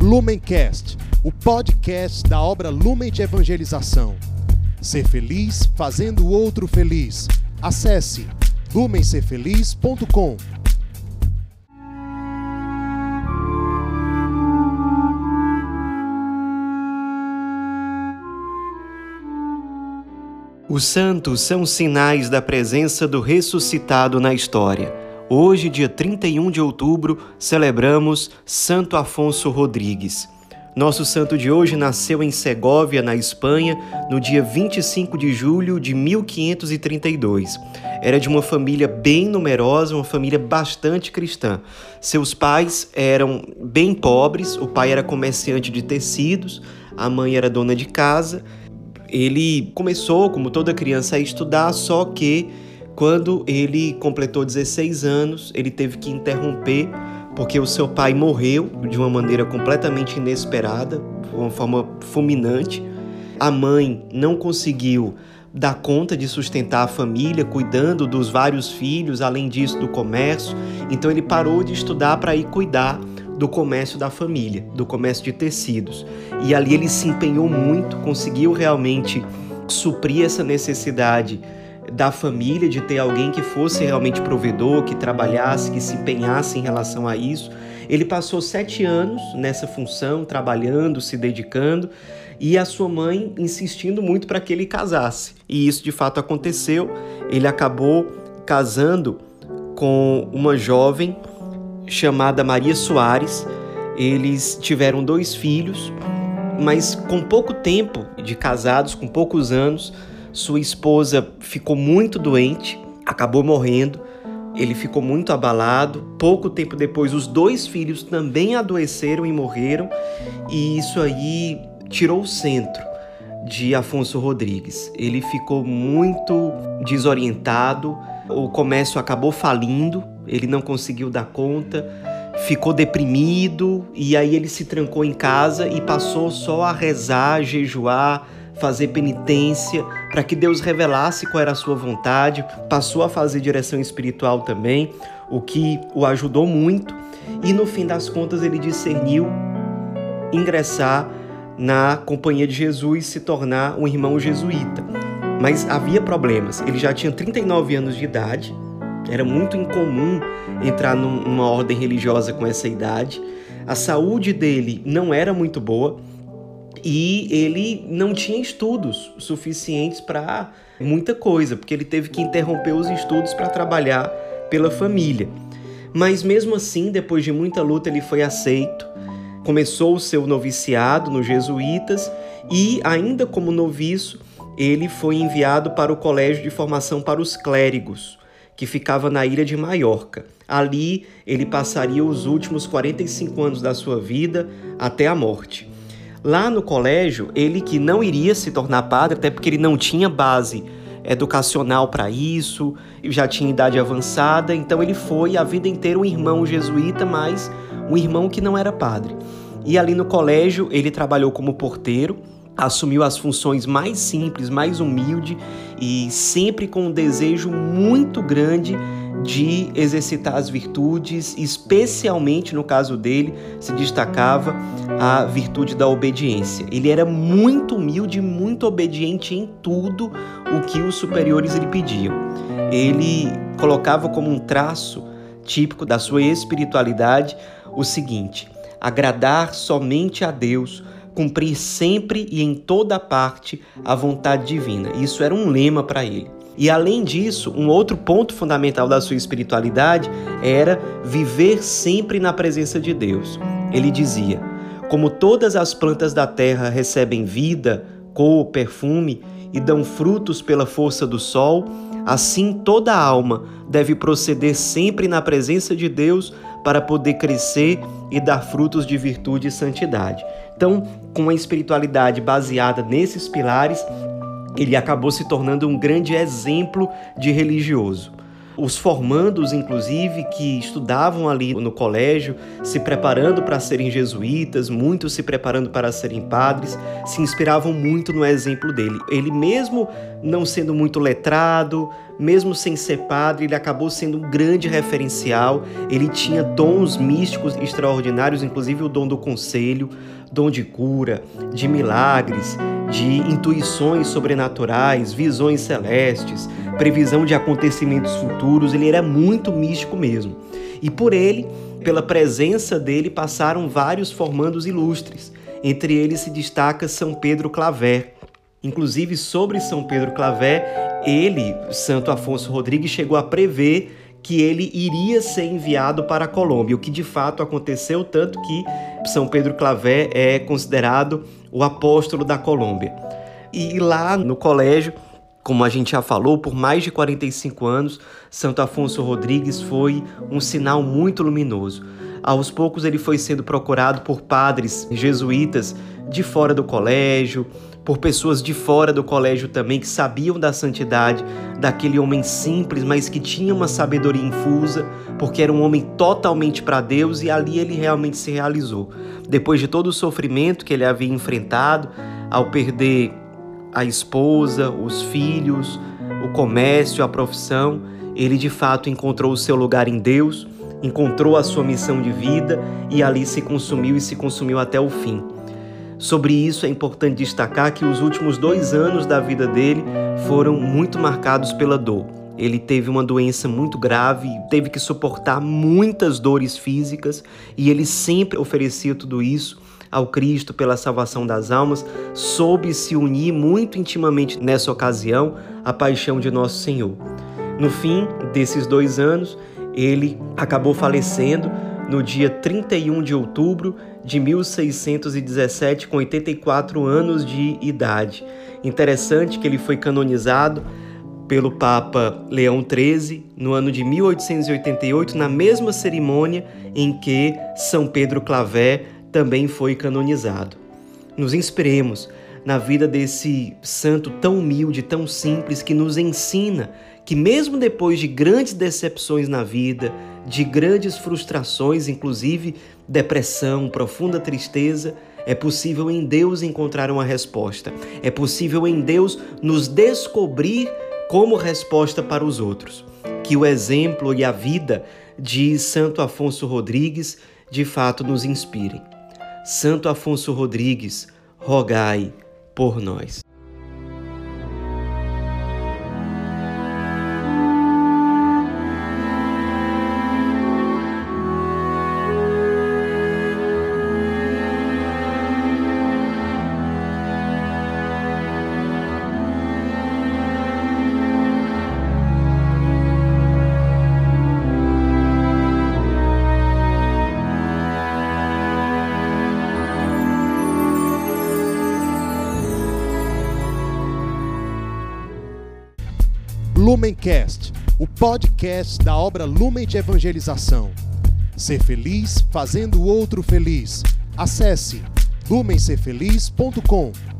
Lumencast, o podcast da obra Lumen de Evangelização. Ser feliz fazendo o outro feliz. Acesse lumencerfeliz.com. Os santos são sinais da presença do ressuscitado na história. Hoje, dia 31 de outubro, celebramos Santo Afonso Rodrigues. Nosso santo de hoje nasceu em Segóvia, na Espanha, no dia 25 de julho de 1532. Era de uma família bem numerosa, uma família bastante cristã. Seus pais eram bem pobres, o pai era comerciante de tecidos, a mãe era dona de casa. Ele começou, como toda criança, a estudar, só que quando ele completou 16 anos, ele teve que interromper porque o seu pai morreu de uma maneira completamente inesperada, de uma forma fulminante. A mãe não conseguiu dar conta de sustentar a família, cuidando dos vários filhos, além disso do comércio. Então ele parou de estudar para ir cuidar do comércio da família, do comércio de tecidos. E ali ele se empenhou muito, conseguiu realmente suprir essa necessidade da família, de ter alguém que fosse realmente provedor, que trabalhasse, que se empenhasse em relação a isso. Ele passou 7 anos nessa função, trabalhando, se dedicando, e a sua mãe insistindo muito para que ele casasse. E isso de fato aconteceu. Ele acabou casando com uma jovem chamada Maria Soares. Eles tiveram 2 filhos, mas com pouco tempo de casados, com poucos anos, sua esposa ficou muito doente, acabou morrendo. Ele ficou muito abalado. Pouco tempo depois, os 2 filhos também adoeceram e morreram. E isso aí tirou o centro de Afonso Rodrigues. Ele ficou muito desorientado. O comércio acabou falindo. Ele não conseguiu dar conta. Ficou deprimido. E aí ele se trancou em casa e passou só a rezar, jejuar, fazer penitência para que Deus revelasse qual era a sua vontade. Passou a fazer direção espiritual também, o que o ajudou muito. E no fim das contas ele discerniu ingressar na Companhia de Jesus, se tornar um irmão jesuíta. Mas havia problemas. Ele já tinha 39 anos de idade. Era muito incomum entrar numa ordem religiosa com essa idade. A saúde dele não era muito boa. E ele não tinha estudos suficientes para muita coisa, porque ele teve que interromper os estudos para trabalhar pela família. Mas mesmo assim, depois de muita luta, ele foi aceito. Começou o seu noviciado nos jesuítas e, ainda como noviço, ele foi enviado para o Colégio de Formação para os Clérigos, que ficava na ilha de Maiorca. Ali, ele passaria os últimos 45 anos da sua vida até a morte. Lá no colégio, ele que não iria se tornar padre, até porque ele não tinha base educacional para isso, já tinha idade avançada, então ele foi a vida inteira um irmão jesuíta, mas um irmão que não era padre. E ali no colégio, ele trabalhou como porteiro, assumiu as funções mais simples, mais humilde e sempre com um desejo muito grande de exercitar as virtudes, especialmente no caso dele, se destacava a virtude da obediência. Ele era muito humilde, muito obediente em tudo o que os superiores lhe pediam. Ele colocava como um traço típico da sua espiritualidade o seguinte: agradar somente a Deus, cumprir sempre e em toda parte a vontade divina. Isso era um lema para ele. E além disso, um outro ponto fundamental da sua espiritualidade era viver sempre na presença de Deus. Ele dizia: como todas as plantas da terra recebem vida, cor, perfume e dão frutos pela força do sol, assim toda a alma deve proceder sempre na presença de Deus para poder crescer e dar frutos de virtude e santidade. Então, com a espiritualidade baseada nesses pilares, ele acabou se tornando um grande exemplo de religioso. Os formandos, inclusive, que estudavam ali no colégio, se preparando para serem jesuítas, muitos se preparando para serem padres, se inspiravam muito no exemplo dele. Ele mesmo não sendo muito letrado, mesmo sem ser padre, ele acabou sendo um grande referencial. Ele tinha dons místicos extraordinários, inclusive o dom do conselho, dom de cura, de milagres, de intuições sobrenaturais, visões celestes, previsão de acontecimentos futuros. Ele era muito místico mesmo. E por ele, pela presença dele, passaram vários formandos ilustres. Entre eles se destaca São Pedro Claver. Inclusive, sobre São Pedro Claver, ele, Santo Afonso Rodrigues, chegou a prever que ele iria ser enviado para a Colômbia, o que de fato aconteceu, tanto que São Pedro Claver é considerado o apóstolo da Colômbia. E lá no colégio, como a gente já falou, por mais de 45 anos, Santo Afonso Rodrigues foi um sinal muito luminoso. Aos poucos ele foi sendo procurado por padres jesuítas de fora do colégio, por pessoas de fora do colégio também que sabiam da santidade daquele homem simples, mas que tinha uma sabedoria infusa, porque era um homem totalmente para Deus, e ali ele realmente se realizou. Depois de todo o sofrimento que ele havia enfrentado, ao perder a esposa, os filhos, o comércio, a profissão, ele de fato encontrou o seu lugar em Deus, encontrou a sua missão de vida e ali se consumiu até o fim. Sobre isso é importante destacar que os últimos 2 anos da vida dele foram muito marcados pela dor. Ele teve uma doença muito grave, teve que suportar muitas dores físicas e ele sempre oferecia tudo isso ao Cristo pela salvação das almas, soube se unir muito intimamente nessa ocasião à paixão de Nosso Senhor. No fim desses 2 anos, ele acabou falecendo no dia 31 de outubro de 1617, com 84 anos de idade. Interessante que ele foi canonizado pelo Papa Leão XIII no ano de 1888, na mesma cerimônia em que São Pedro Claver também foi canonizado. Nos inspiremos na vida desse santo tão humilde, tão simples, que nos ensina que mesmo depois de grandes decepções na vida, de grandes frustrações, inclusive depressão, profunda tristeza, é possível em Deus encontrar uma resposta. É possível em Deus nos descobrir como resposta para os outros. Que o exemplo e a vida de Santo Afonso Rodrigues de fato nos inspirem. Santo Afonso Rodrigues, rogai por nós. Lumencast, o podcast da obra Lumen de Evangelização. Ser feliz fazendo o outro feliz. Acesse lumencerfeliz.com.